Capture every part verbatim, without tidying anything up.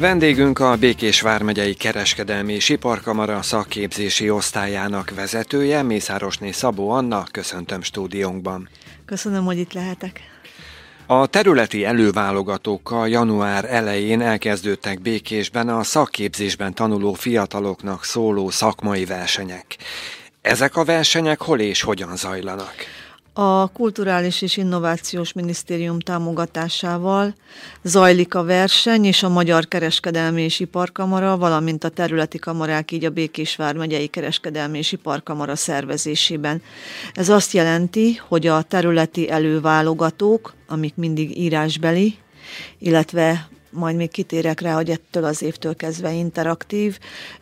Vendégünk a Békés vármegyei Kereskedelmi és Iparkamara szakképzési osztályának vezetője, Mészárosné Szabó Anna, köszöntöm stúdiónkban. Köszönöm, hogy itt lehetek. A területi előválogatókkal január elején elkezdődtek Békésben a szakképzésben tanuló fiataloknak szóló szakmai versenyek. Ezek a versenyek hol és hogyan zajlanak? A Kulturális és Innovációs Minisztérium támogatásával zajlik a verseny, és a Magyar Kereskedelmi és Iparkamara, valamint a területi kamarák, így a Békés vármegyei Kereskedelmi és Iparkamara szervezésében. Ez azt jelenti, hogy a területi előválogatók, amik mindig írásbeli, illetve majd még kitérek rá, hogy ettől az évtől kezdve interaktív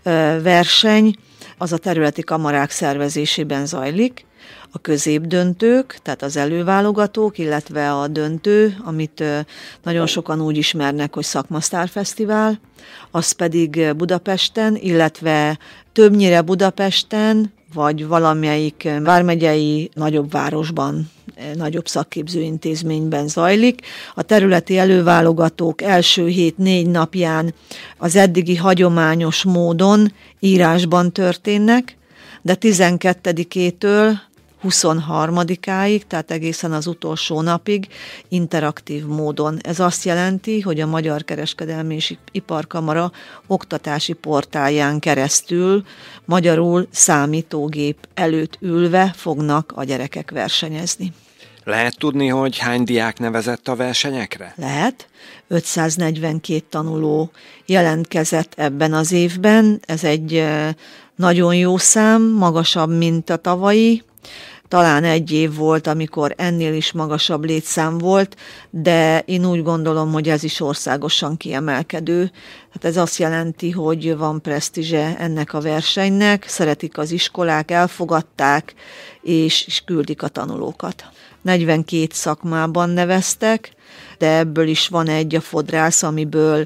verseny, az a területi kamarák szervezésében zajlik. A középdöntők, tehát az előválogatók, illetve a döntő, amit nagyon sokan úgy ismernek, hogy Szakmasztárfesztivál, az pedig Budapesten, illetve többnyire Budapesten, vagy valamelyik vármegyei nagyobb városban, nagyobb szakképzőintézményben zajlik. A területi előválogatók első hét négy napján az eddigi hagyományos módon írásban történnek, de tizenkettedikétől huszonharmadikáig, tehát egészen az utolsó napig interaktív módon. Ez azt jelenti, hogy a Magyar Kereskedelmi és Iparkamara oktatási portálján keresztül, magyarul számítógép előtt ülve fognak a gyerekek versenyezni. Lehet tudni, hogy hány diák nevezett a versenyekre? Lehet. ötszáznegyvenkét tanuló jelentkezett ebben az évben. Ez egy nagyon jó szám, magasabb, mint a tavalyi. Talán egy év volt, amikor ennél is magasabb létszám volt, de én úgy gondolom, hogy ez is országosan kiemelkedő. Hát ez azt jelenti, hogy van presztízse ennek a versenynek, szeretik az iskolák, elfogadták, és, és küldik a tanulókat. negyvenkét szakmában neveztek, de ebből is van egy, a fodrász, amiből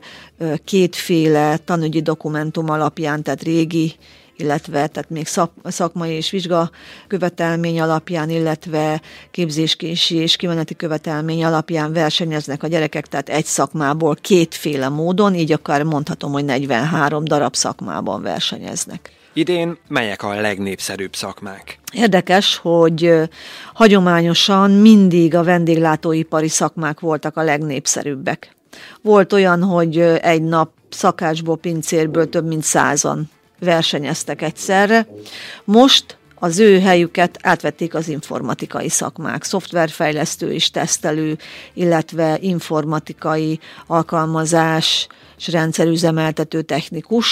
kétféle tanügyi dokumentum alapján, tehát régi, illetve tehát még szakmai és vizsga követelmény alapján, illetve képzéskési és kimeneti követelmény alapján versenyeznek a gyerekek, tehát egy szakmából kétféle módon, így akár mondhatom, hogy negyvenhárom darab szakmában versenyeznek. Idén melyek a legnépszerűbb szakmák? Érdekes, hogy hagyományosan mindig a vendéglátóipari szakmák voltak a legnépszerűbbek. Volt olyan, hogy egy nap szakácsból, pincérből több mint százan versenyeztek egyszerre. Most az ő helyüket átvették az informatikai szakmák, szoftverfejlesztő és tesztelő, illetve informatikai alkalmazás és rendszerüzemeltető technikus.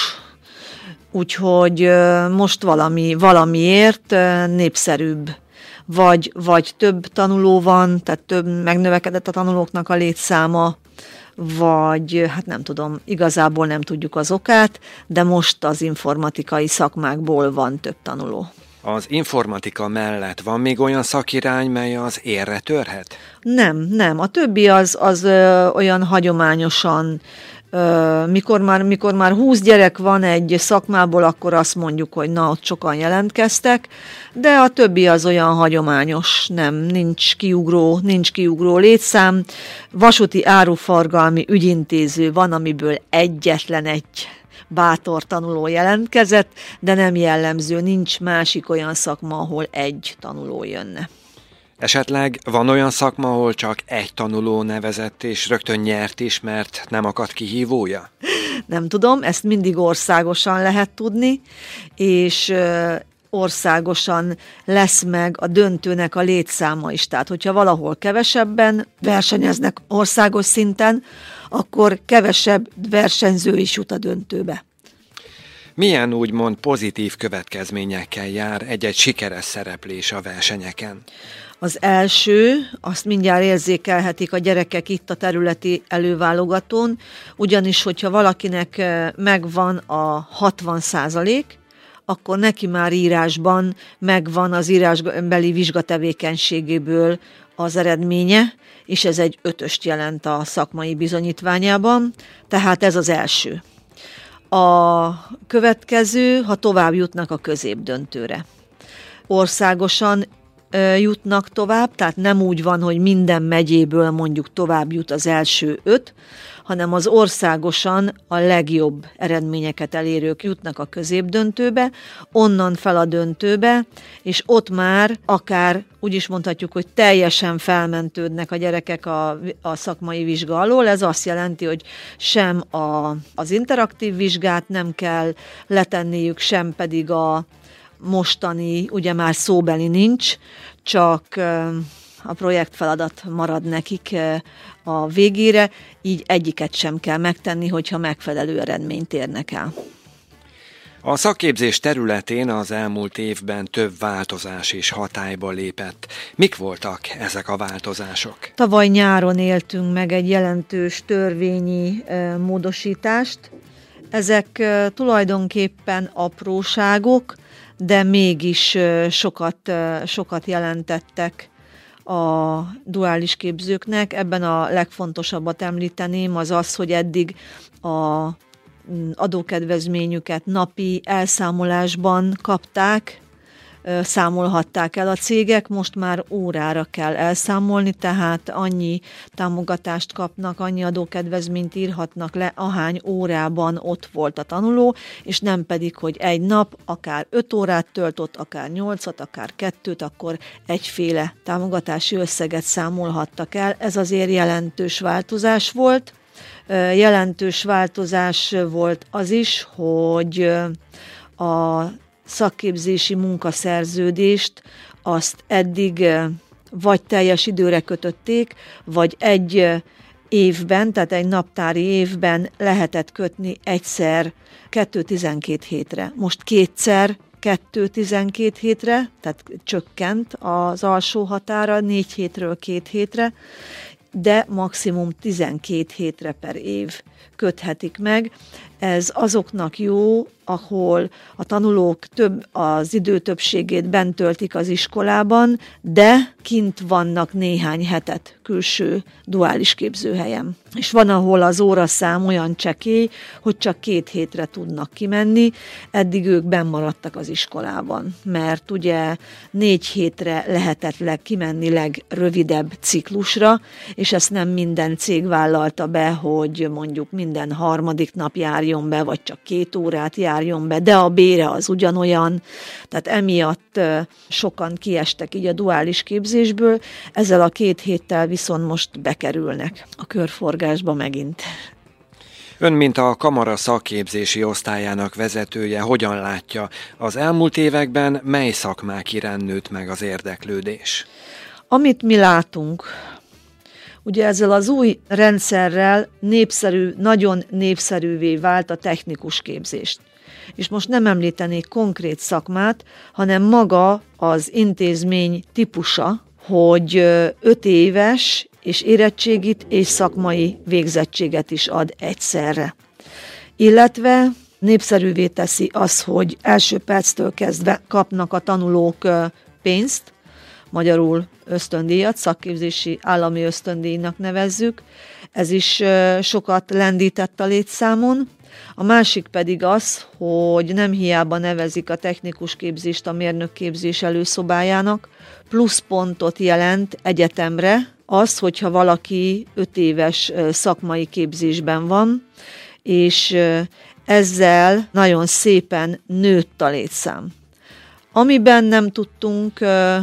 Úgyhogy most valami, valamiért népszerűbb, vagy, vagy több tanuló van, tehát több megnövekedett a tanulóknak a létszáma, vagy hát nem tudom, igazából nem tudjuk az okát, de most az informatikai szakmákból van több tanuló. Az informatika mellett van még olyan szakirány, mely az érre törhet? Nem, nem. A többi az, az ö, olyan hagyományosan, ö, mikor már, mikor már húsz gyerek van egy szakmából, akkor azt mondjuk, hogy na, ott sokan jelentkeztek, de a többi az olyan hagyományos, nem, nincs kiugró, nincs kiugró létszám. Vasúti áruforgalmi ügyintéző van, amiből egyetlen egy bátor tanuló jelentkezett, de nem jellemző, nincs másik olyan szakma, ahol egy tanuló jönne. Esetleg van olyan szakma, ahol csak egy tanuló nevezett és rögtön nyert is, mert nem akadt kihívója? Nem tudom, ezt mindig országosan lehet tudni, és országosan lesz meg a döntőnek a létszáma is. Tehát, hogyha valahol kevesebben versenyeznek országos szinten, akkor kevesebb versenyző is jut a döntőbe. Milyen úgymond pozitív következményekkel jár egy-egy sikeres szereplés a versenyeken? Az első, azt mindjárt érzékelhetik a gyerekek itt a területi előválogatón, ugyanis, hogyha valakinek megvan a hatvan százalék, akkor neki már írásban megvan az írásbeli vizsgatevékenységéből az eredménye, és ez egy ötöst jelent a szakmai bizonyítványában, tehát ez az első. A következő, ha tovább jutnak a középdöntőre. Országosan jutnak tovább, tehát nem úgy van, hogy minden megyéből mondjuk tovább jut az első öt, hanem az országosan a legjobb eredményeket elérők jutnak a középdöntőbe, onnan fel a döntőbe, és ott már akár úgy is mondhatjuk, hogy teljesen felmentődnek a gyerekek a, a szakmai vizsga alól. Ez azt jelenti, hogy sem a, az interaktív vizsgát nem kell letenniük, sem pedig a mostani, ugye már szóbeli nincs, csak a projektfeladat marad nekik a végére, így egyiket sem kell megtenni, hogyha megfelelő eredményt érnek el. A szakképzés területén az elmúlt évben több változás is hatályba lépett. Mik voltak ezek a változások? Tavaly nyáron éltünk meg egy jelentős törvényi módosítást. Ezek tulajdonképpen apróságok, de mégis sokat, sokat jelentettek a duális képzőknek. Ebben a legfontosabbat említeném az az, hogy eddig a adókedvezményüket napi elszámolásban kapták, számolhatták el a cégek, most már órára kell elszámolni, tehát annyi támogatást kapnak, annyi adókedvezményt írhatnak le, ahány órában ott volt a tanuló, és nem pedig, hogy egy nap akár öt órát töltött, akár nyolcat, akár kettőt, akkor egyféle támogatási összeget számolhattak el. Ez azért jelentős változás volt. Jelentős változás volt az is, hogy a szakképzési munkaszerződést azt eddig vagy teljes időre kötötték, vagy egy évben, tehát egy naptári évben lehetett kötni egyszer kettő tizenkét hétre. Most kétszer kettő tizenkét hétre, tehát csökkent az alsó határa, négy hétről két hétre, de maximum tizenkét hétre per év köthetik meg. Ez azoknak jó, ahol a tanulók több, az idő többségét bent töltik az iskolában, de kint vannak néhány hetet külső duális képzőhelyen. És van, ahol az óraszám olyan csekély, hogy csak két hétre tudnak kimenni, eddig ők benn maradtak az iskolában, mert ugye négy hétre lehetetlen kimenni legrövidebb ciklusra, és ezt nem minden cég vállalta be, hogy mondjuk minden harmadik nap járjon be, vagy csak két órát járjon be, de a bére az ugyanolyan, tehát emiatt sokan kiestek így a duális képzésből, ezzel a két héttel viszont most bekerülnek a körforgásba megint. Ön, mint a kamara szakképzési osztályának vezetője, hogyan látja, az elmúlt években mely szakmák iránt nőtt meg az érdeklődés? Amit mi látunk, ugye ezzel az új rendszerrel népszerű, nagyon népszerűvé vált a technikus képzést. És most nem említenék konkrét szakmát, hanem maga az intézmény típusa, hogy öt éves és érettségit és szakmai végzettséget is ad egyszerre. Illetve népszerűvé teszi az, hogy első perctől kezdve kapnak a tanulók pénzt, magyarul ösztöndíjat, szakképzési állami ösztöndíjnak nevezzük. Ez is sokat lendített a létszámon. A másik pedig az, hogy nem hiába nevezik a technikus képzést a mérnökképzés előszobájának, pluszpontot jelent egyetemre az, hogyha valaki öt éves szakmai képzésben van, és ezzel nagyon szépen nőtt a létszám. Amiben nem tudtunk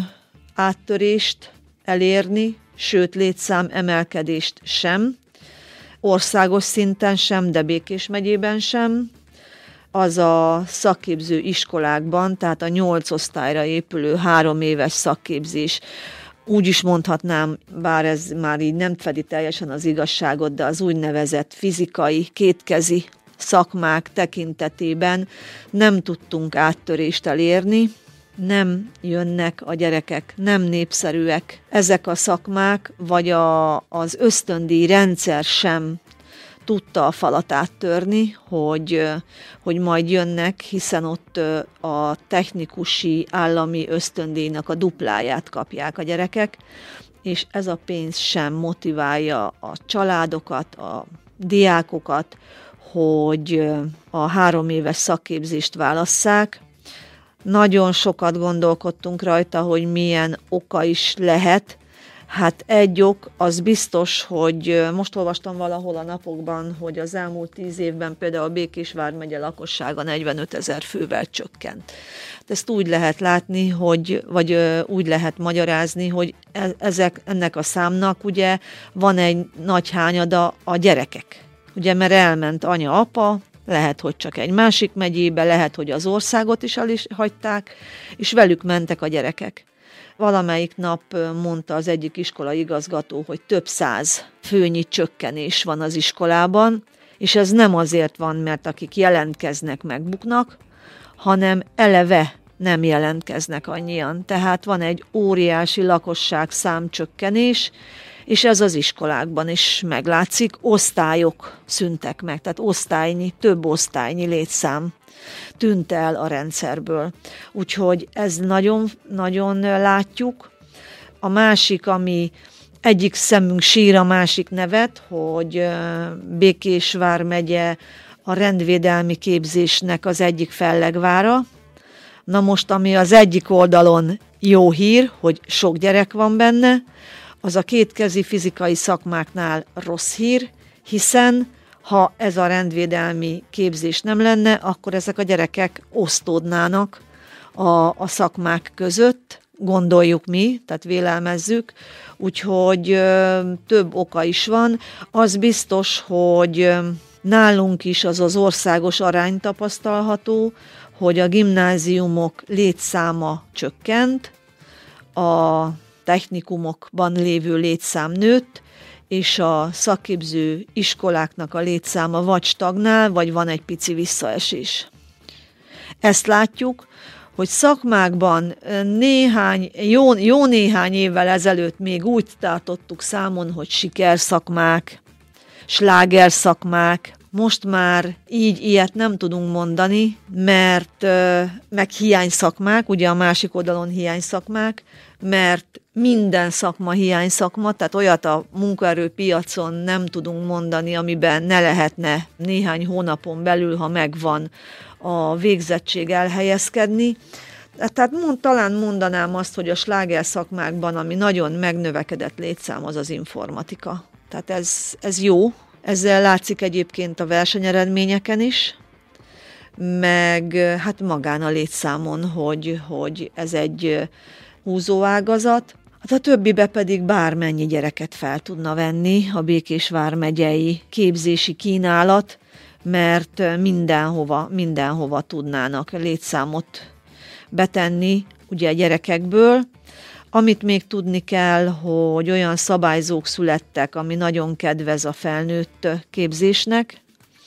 áttörést elérni, sőt létszám emelkedést sem, országos szinten sem, de Békés megyében sem, az a szakképző iskolákban, tehát a nyolc osztályra épülő három éves szakképzés. Úgy is mondhatnám, bár ez már így nem fedi teljesen az igazságot, de az úgynevezett fizikai, kétkezi szakmák tekintetében nem tudtunk áttörést elérni, nem jönnek a gyerekek, nem népszerűek ezek a szakmák, vagy a, az ösztöndíj rendszer sem tudta a falat áttörni, hogy, hogy majd jönnek, hiszen ott a technikusi állami ösztöndíjnak a dupláját kapják a gyerekek, és ez a pénz sem motiválja a családokat, a diákokat, hogy a három éves szakképzést válasszák. Nagyon sokat gondolkodtunk rajta, hogy milyen oka is lehet. Hát egy ok, az biztos, hogy most olvastam valahol a napokban, hogy az elmúlt tíz évben például a Békés vármegye lakossága negyvenöt ezer fővel csökkent. Ezt úgy lehet látni, hogy, vagy úgy lehet magyarázni, hogy ezek, ennek a számnak ugye van egy nagy hányada a gyerekek. Ugye, mert elment anya, apa, lehet, hogy csak egy másik megyébe, lehet, hogy az országot is el is hagyták, és velük mentek a gyerekek. Valamelyik nap mondta az egyik iskola igazgató, hogy több száz főnyi csökkenés van az iskolában, és ez nem azért van, mert akik jelentkeznek, megbuknak, hanem eleve nem jelentkeznek annyian. Tehát van egy óriási lakosság számcsökkenés, és ez az iskolákban is meglátszik, osztályok szűntek meg, tehát osztálynyi, több osztálynyi létszám tűnt el a rendszerből. Úgyhogy ez nagyon, nagyon látjuk. A másik, ami egyik szemünk sír, a másik nevet, hogy Békés vármegye a rendvédelmi képzésnek az egyik fellegvára. Na most, ami az egyik oldalon jó hír, hogy sok gyerek van benne, az a kétkezi fizikai szakmáknál rossz hír, hiszen ha ez a rendvédelmi képzés nem lenne, akkor ezek a gyerekek osztódnának a, a szakmák között, gondoljuk mi, tehát vélelmezzük, úgyhogy ö, több oka is van. Az biztos, hogy ö, nálunk is az az országos arány tapasztalható, hogy a gimnáziumok létszáma csökkent, a technikumokban lévő létszám nőtt, és a szakképző iskoláknak a létszáma vagy stagnál, vagy van egy pici visszaesés. Ezt látjuk, hogy szakmákban néhány, jó, jó néhány évvel ezelőtt még úgy tartottuk számon, hogy sikerszakmák, slágerszakmák, most már így ilyet nem tudunk mondani, mert meg hiányszakmák, ugye a másik oldalon hiányszakmák, mert minden szakma hiányszakma, tehát olyat a munkaerőpiacon nem tudunk mondani, amiben ne lehetne néhány hónapon belül, ha megvan a végzettség, elhelyezkedni. Tehát mond, talán mondanám azt, hogy a sláger szakmákban, ami nagyon megnövekedett létszám, az az informatika. Tehát ez, ez jó. Ezzel látszik egyébként a versenyeredményeken is, meg hát magán a létszámon, hogy, hogy ez egy húzóágazat. Hát a többibe pedig bármennyi gyereket fel tudna venni a Békés vármegyei képzési kínálat, mert mindenhova, mindenhova tudnának létszámot betenni ugye a gyerekekből. Amit még tudni kell, hogy olyan szabályzók születtek, ami nagyon kedvez a felnőtt képzésnek,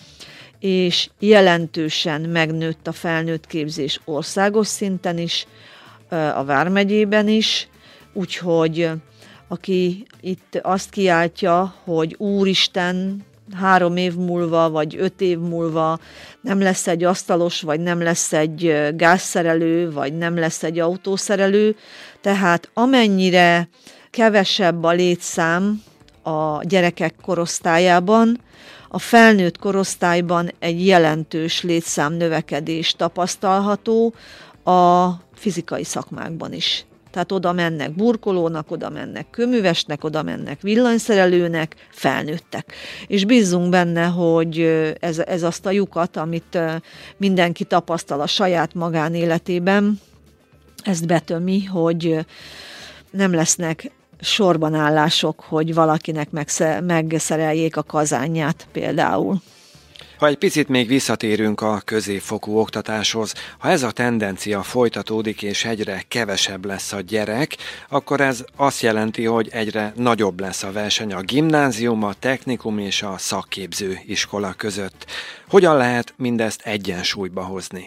és jelentősen megnőtt a felnőtt képzés országos szinten is, a vármegyében is, úgyhogy aki itt azt kiáltja, hogy úristen, három év múlva, vagy öt év múlva nem lesz egy asztalos, vagy nem lesz egy gázszerelő, vagy nem lesz egy autószerelő, tehát amennyire kevesebb a létszám a gyerekek korosztályában, a felnőtt korosztályban egy jelentős létszám növekedés tapasztalható a fizikai szakmákban is. Tehát oda mennek burkolónak, oda mennek kőművesnek, oda mennek villanyszerelőnek, felnőttek. És bízzunk benne, hogy ez, ez azt a lyukat, amit mindenki tapasztal a saját magánéletében, ezt betömi, hogy nem lesznek sorbanállások, hogy valakinek megszereljék a kazánját például. Ha egy picit még visszatérünk a középfokú oktatáshoz, ha ez a tendencia folytatódik és egyre kevesebb lesz a gyerek, akkor ez azt jelenti, hogy egyre nagyobb lesz a verseny a gimnázium, a technikum és a szakképző iskola között. Hogyan lehet mindezt egyensúlyba hozni?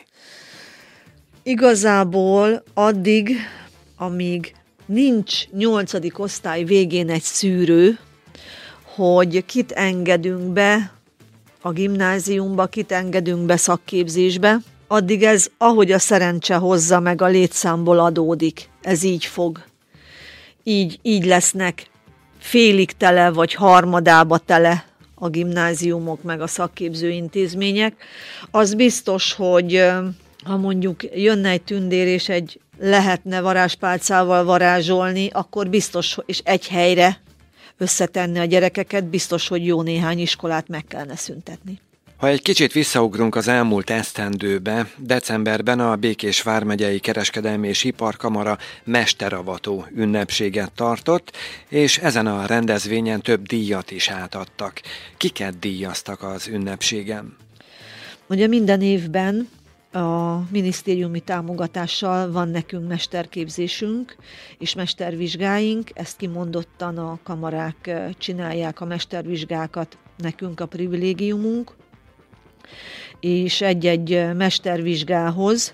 Igazából addig, amíg nincs nyolcadik osztály végén egy szűrő, hogy kit engedünk be a gimnáziumba, kit engedünk be szakképzésbe, addig ez, ahogy a szerencse hozza meg, a létszámból adódik. Ez így fog. Így, így lesznek félig tele, vagy harmadába tele a gimnáziumok, meg a szakképző intézmények. Az biztos, hogy ha mondjuk jönne egy tündér, és egy lehetne varázspálcával varázsolni, akkor biztos, és egy helyre összetenni a gyerekeket, biztos, hogy jó néhány iskolát meg kellene szüntetni. Ha egy kicsit visszaugrunk az elmúlt esztendőbe, decemberben a Békés vármegyei Kereskedelmi és Iparkamara mesteravató ünnepséget tartott, és ezen a rendezvényen több díjat is átadtak. Kiket díjaztak az ünnepségen? Ugye minden évben a minisztériumi támogatással van nekünk mesterképzésünk és mestervizsgáink, ezt kimondottan a kamarák csinálják a mestervizsgákat, nekünk a privilégiumunk, és egy-egy mestervizsgához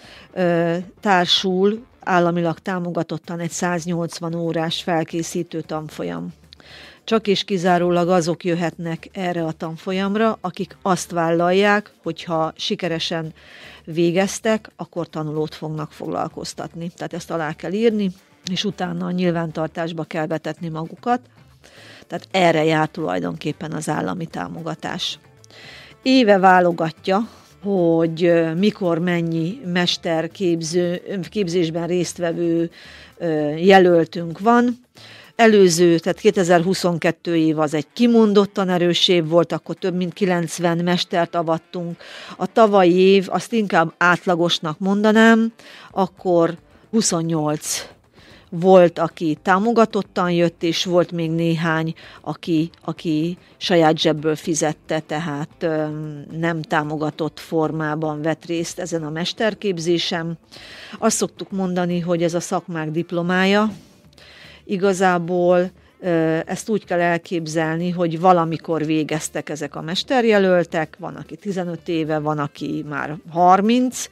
ö, társul államilag támogatottan egy száznyolcvan órás felkészítő tanfolyam. Csak és kizárólag azok jöhetnek erre a tanfolyamra, akik azt vállalják, hogyha sikeresen végeztek, akkor tanulót fognak foglalkoztatni. Tehát ezt alá kell írni, és utána a nyilvántartásba kell vetetni magukat. Tehát erre jár tulajdonképpen az állami támogatás. Éve válogatja, hogy mikor mennyi mesterképző, képzésben résztvevő jelöltünk van. Előző, tehát kétezer-huszonkettő év az egy kimondottan erős év volt, akkor több mint kilencven mestert avattunk. A tavalyi év, azt inkább átlagosnak mondanám, akkor huszonnyolc volt, aki támogatottan jött, és volt még néhány, aki, aki saját zsebből fizette, tehát öm, nem támogatott formában vett részt ezen a mesterképzésen. Azt szoktuk mondani, hogy ez a szakmák diplomája. Igazából ezt úgy kell elképzelni, hogy valamikor végeztek ezek a mesterjelöltek, van, aki tizenöt éve, van, aki már harminc,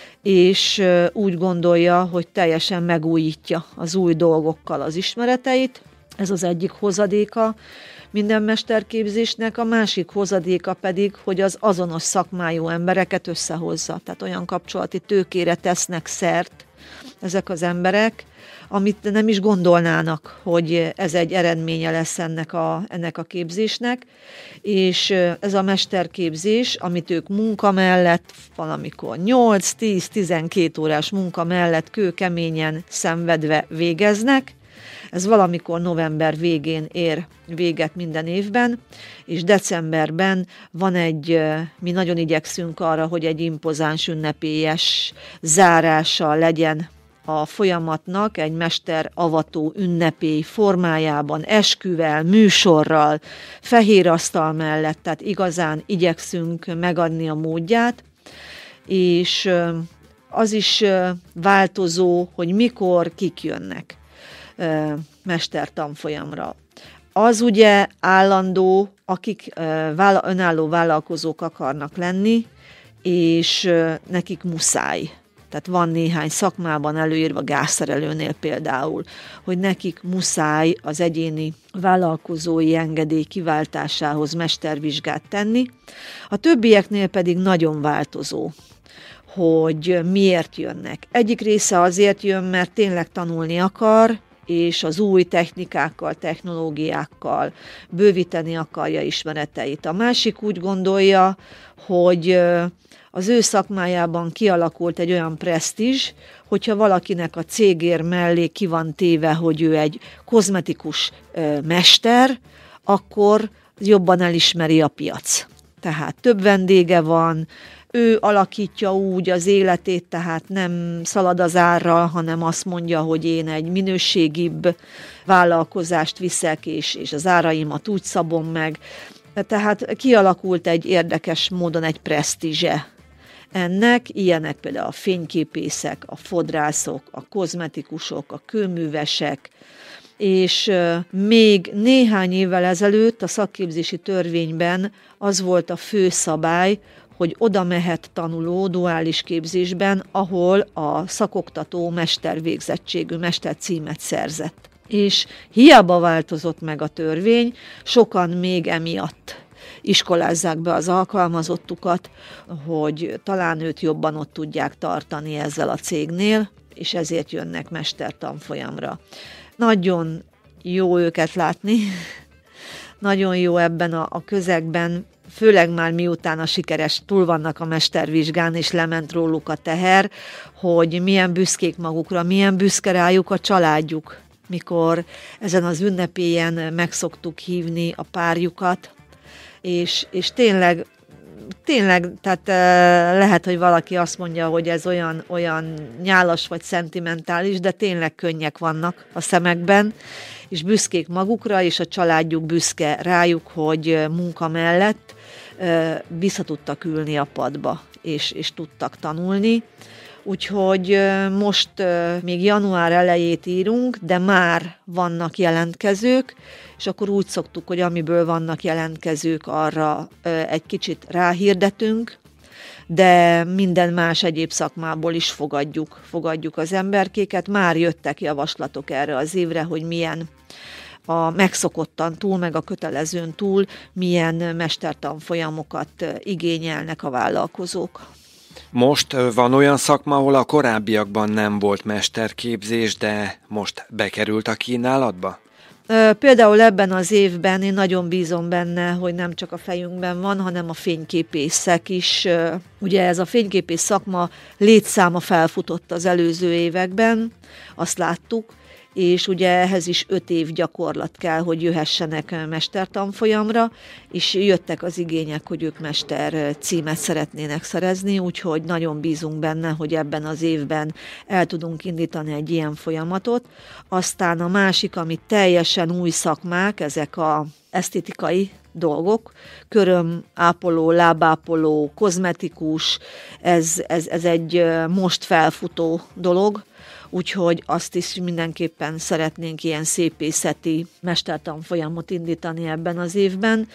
és úgy gondolja, hogy teljesen megújítja az új dolgokkal az ismereteit. Ez az egyik hozadéka minden mesterképzésnek, a másik hozadéka pedig, hogy az azonos szakmájú embereket összehozza. Tehát olyan kapcsolati tőkére tesznek szert ezek az emberek, amit nem is gondolnának, hogy ez egy eredménye lesz ennek a, ennek a képzésnek, és ez a mesterképzés, amit ők munka mellett, valamikor nyolc, tíz, tizenkét órás munka mellett kőkeményen szenvedve végeznek, ez valamikor november végén ér véget minden évben, és decemberben van egy, mi nagyon igyekszünk arra, hogy egy impozáns, ünnepélyes zárása legyen a folyamatnak, egy mesteravató ünnepély formájában, esküvel, műsorral, fehér asztal mellett, tehát igazán igyekszünk megadni a módját, és az is változó, hogy mikor kik jönnek mestertanfolyamra. Az ugye állandó, akik önálló vállalkozók akarnak lenni, és nekik muszáj. Tehát van néhány szakmában előírva, gázszerelőnél például, hogy nekik muszáj az egyéni vállalkozói engedély kiváltásához mestervizsgát tenni. A többieknél pedig nagyon változó, hogy miért jönnek. Egyik része azért jön, mert tényleg tanulni akar, és az új technikákkal, technológiákkal bővíteni akarja ismereteit. A másik úgy gondolja, hogy az ő szakmájában kialakult egy olyan presztízs, hogyha valakinek a cégér mellé ki van téve, hogy ő egy kozmetikus mester, akkor jobban elismeri a piac. Tehát több vendége van, ő alakítja úgy az életét, tehát nem szalad az árral, hanem azt mondja, hogy én egy minőségibb vállalkozást viszek, és, és az áraimat úgy szabom meg. Tehát kialakult egy érdekes módon egy presztízse ennek, ilyenek például a fényképészek, a fodrászok, a kozmetikusok, a kőművesek, és még néhány évvel ezelőtt a szakképzési törvényben az volt a fő szabály, hogy oda mehet tanuló duális képzésben, ahol a szakoktató mestervégzettségű, mestercímet szerzett. És hiába változott meg a törvény, sokan még emiatt iskolázzák be az alkalmazottukat, hogy talán őt jobban ott tudják tartani ezzel a cégnél, és ezért jönnek mestertanfolyamra. Nagyon jó őket látni, nagyon jó ebben a, a közegben főleg már miután a sikeres túl vannak a mestervizsgán, és lement róluk a teher, hogy milyen büszkék magukra, milyen büszke rájuk a családjuk, mikor ezen az ünnepélyen meg szoktuk hívni a párjukat, és, és tényleg, tényleg, tehát lehet, hogy valaki azt mondja, hogy ez olyan, olyan nyálas vagy szentimentális, de tényleg könnyek vannak a szemekben, és büszkék magukra, és a családjuk büszke rájuk, hogy munka mellett vissza tudtak ülni a padba, és, és tudtak tanulni. Úgyhogy most még január elejét írunk, de már vannak jelentkezők, és akkor úgy szoktuk, hogy amiből vannak jelentkezők, arra egy kicsit ráhirdetünk, de minden más egyéb szakmából is fogadjuk, fogadjuk az emberkéket. Már jöttek javaslatok erre az évre, hogy milyen a megszokottan túl, meg a kötelezőn túl, milyen mestertanfolyamokat igényelnek a vállalkozók. Most van olyan szakma, ahol a korábbiakban nem volt mesterképzés, de most bekerült a kínálatba? Például ebben az évben én nagyon bízom benne, hogy nem csak a fejünkben van, hanem a fényképészek is. Ugye ez a fényképész szakma létszáma felfutott az előző években, azt láttuk, és ugye ehhez is öt év gyakorlat kell, hogy jöhessenek mestertanfolyamra, és jöttek az igények, hogy ők mester címet szeretnének szerezni, úgyhogy nagyon bízunk benne, hogy ebben az évben el tudunk indítani egy ilyen folyamatot. Aztán a másik, ami teljesen új szakmák, ezek az esztétikai dolgok, körömápoló, lábápoló, kozmetikus, ez, ez, ez egy most felfutó dolog, úgyhogy azt is mindenképpen szeretnénk ilyen szépészeti mestertanfolyamot indítani ebben az évben.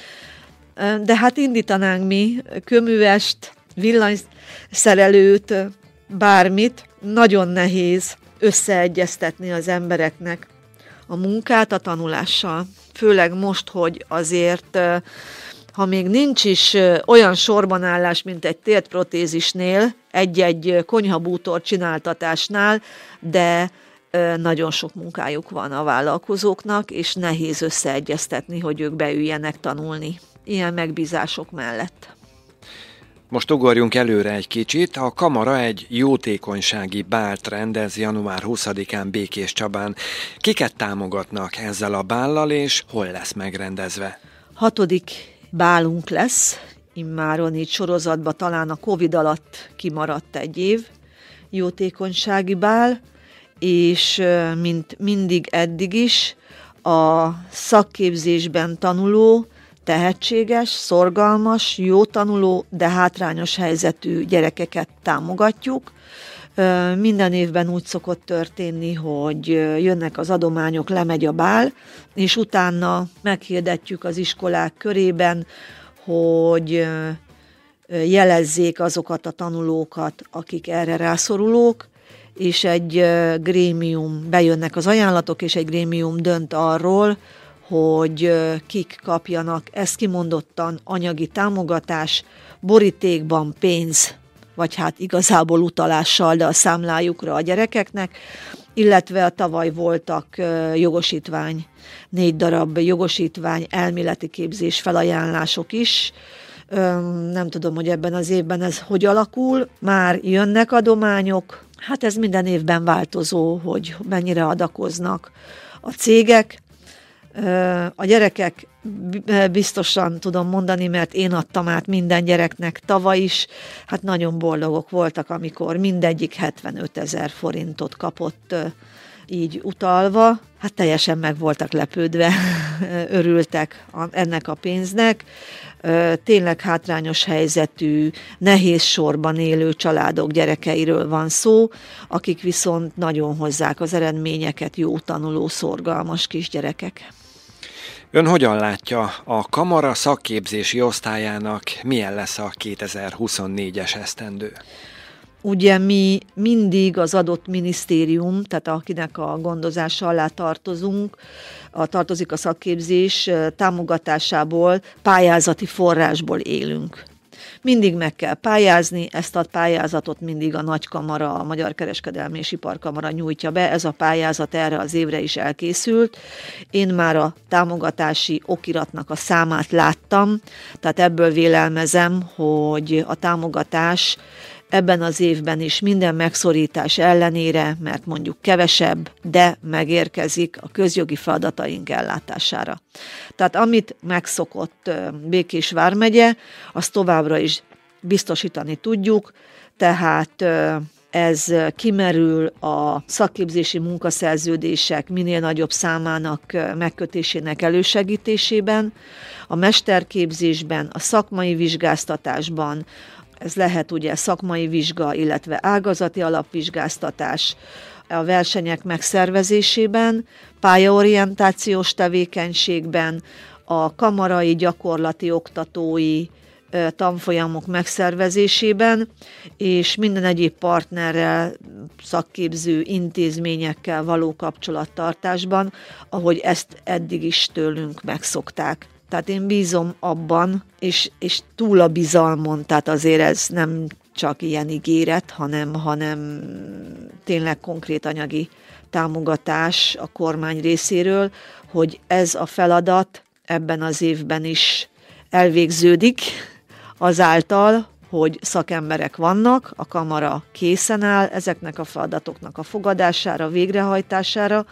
De hát indítanánk mi kőművest, villanyszerelőt, bármit. Nagyon nehéz összeegyeztetni az embereknek a munkát a tanulással. Főleg most, hogy azért, ha még nincs is olyan sorbanállás, mint egy térprotézisnél, egy-egy konyhabútor csináltatásnál, de nagyon sok munkájuk van a vállalkozóknak, és nehéz összeegyeztetni, hogy ők beüljenek tanulni ilyen megbízások mellett. Most ugorjunk előre egy kicsit. A kamara egy jótékonysági bált rendez január huszadikán Békéscsabán. Kiket támogatnak ezzel a bállal, és hol lesz megrendezve? Hatodik bálunk lesz, immáron így sorozatban talán a Covid alatt kimaradt egy év jótékonysági bál, és mint mindig eddig is a szakképzésben tanuló, tehetséges, szorgalmas, jó tanuló, de hátrányos helyzetű gyerekeket támogatjuk. Minden évben úgy szokott történni, hogy jönnek az adományok, lemegy a bál, és utána meghirdetjük az iskolák körében, hogy jelezzék azokat a tanulókat, akik erre rászorulók, és egy grémium, bejönnek az ajánlatok, és egy grémium dönt arról, hogy kik kapjanak. Ez kimondottan anyagi támogatás, borítékban pénz, vagy hát igazából utalással, de a számlájukra a gyerekeknek, illetve a tavaly voltak jogosítvány, négy darab jogosítvány, elméleti képzés felajánlások is. Nem tudom, hogy ebben az évben ez hogy alakul, már jönnek adományok, hát ez minden évben változó, hogy mennyire adakoznak a cégek. A gyerekek biztosan tudom mondani, mert én adtam át minden gyereknek tavaly is, hát nagyon boldogok voltak, amikor mindegyik hetvenötezer forintot kapott így utalva, hát teljesen meg voltak lepődve, örültek ennek a pénznek. Tényleg hátrányos helyzetű, nehéz sorban élő családok gyerekeiről van szó, akik viszont nagyon hozzák az eredményeket, jó tanuló, szorgalmas kisgyerekek. Ön hogyan látja, a kamara szakképzési osztályának milyen lesz a kétezer-huszonnégyes esztendő? Ugye mi mindig az adott minisztérium, tehát akinek a gondozása alá tartozunk, a, tartozik a szakképzés támogatásából, pályázati forrásból élünk. Mindig meg kell pályázni, ezt a pályázatot mindig a Nagykamara, a Magyar Kereskedelmi és Iparkamara nyújtja be, ez a pályázat erre az évre is elkészült. Én már a támogatási okiratnak a számát láttam, tehát ebből vélelmezem, hogy a támogatás ebben az évben is minden megszorítás ellenére, mert mondjuk kevesebb, de megérkezik a közjogi feladataink ellátására. Tehát amit megszokott Békés vármegye, azt továbbra is biztosítani tudjuk, tehát ez kimerül a szakképzési munkaszerződések minél nagyobb számának megkötésének elősegítésében, a mesterképzésben, a szakmai vizsgáztatásban, ez lehet ugye szakmai vizsga, illetve ágazati alapvizsgáztatás a versenyek megszervezésében, pályaorientációs tevékenységben, a kamarai gyakorlati oktatói tanfolyamok megszervezésében, és minden egyéb partnerrel, szakképző intézményekkel való kapcsolattartásban, ahogy ezt eddig is tőlünk megszokták. Tehát én bízom abban, és, és túl a bizalmon, tehát azért ez nem csak ilyen ígéret, hanem, hanem tényleg konkrét anyagi támogatás a kormány részéről, hogy ez a feladat ebben az évben is elvégződik azáltal, hogy szakemberek vannak, a kamara készen áll ezeknek a feladatoknak a fogadására, végrehajtására,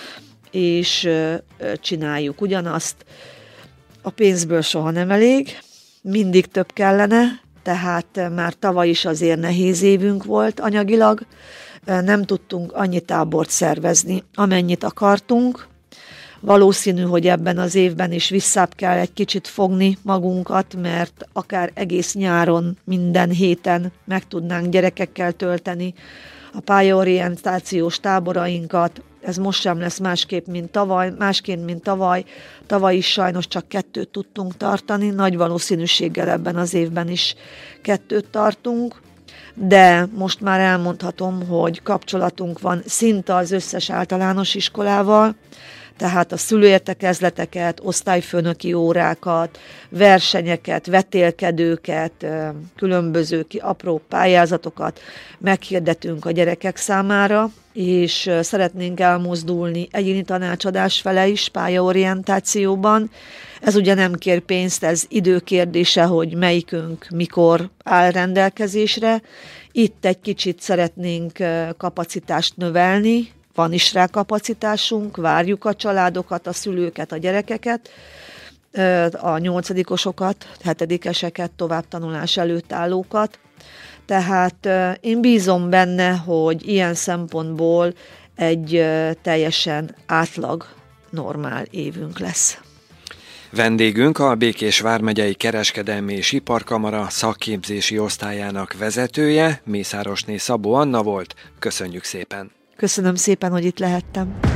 és csináljuk ugyanazt. A pénzből soha nem elég, mindig több kellene, tehát már tavaly is azért nehéz évünk volt anyagilag, nem tudtunk annyi tábort szervezni, amennyit akartunk. Valószínű, hogy ebben az évben is visszább kell egy kicsit fogni magunkat, mert akár egész nyáron, minden héten meg tudnánk gyerekekkel tölteni a pályaorientációs táborainkat. Ez most sem lesz másképp, mint tavaly, másként, mint tavaly. Tavaly is sajnos csak kettőt tudtunk tartani, nagy valószínűséggel ebben az évben is kettőt tartunk, de most már elmondhatom, hogy kapcsolatunk van szinte az összes általános iskolával, tehát a szülőértekezleteket, osztályfőnöki órákat, versenyeket, vetélkedőket, különböző apró pályázatokat meghirdetünk a gyerekek számára, és szeretnénk elmozdulni egyéni tanácsadás fele is pályaorientációban. Ez ugye nem kér pénzt, ez időkérdése, hogy melyikünk mikor áll rendelkezésre. Itt egy kicsit szeretnénk kapacitást növelni, van is rá kapacitásunk, várjuk a családokat, a szülőket, a gyerekeket, a nyolcadikosokat, hetedikeseket, továbbtanulás előtt állókat. Tehát én bízom benne, hogy ilyen szempontból egy teljesen átlag, normál évünk lesz. Vendégünk a Békés vármegyei Kereskedelmi és Iparkamara szakképzési osztályának vezetője, Mészárosné Szabó Anna volt. Köszönjük szépen! Köszönöm szépen, hogy itt lehettem.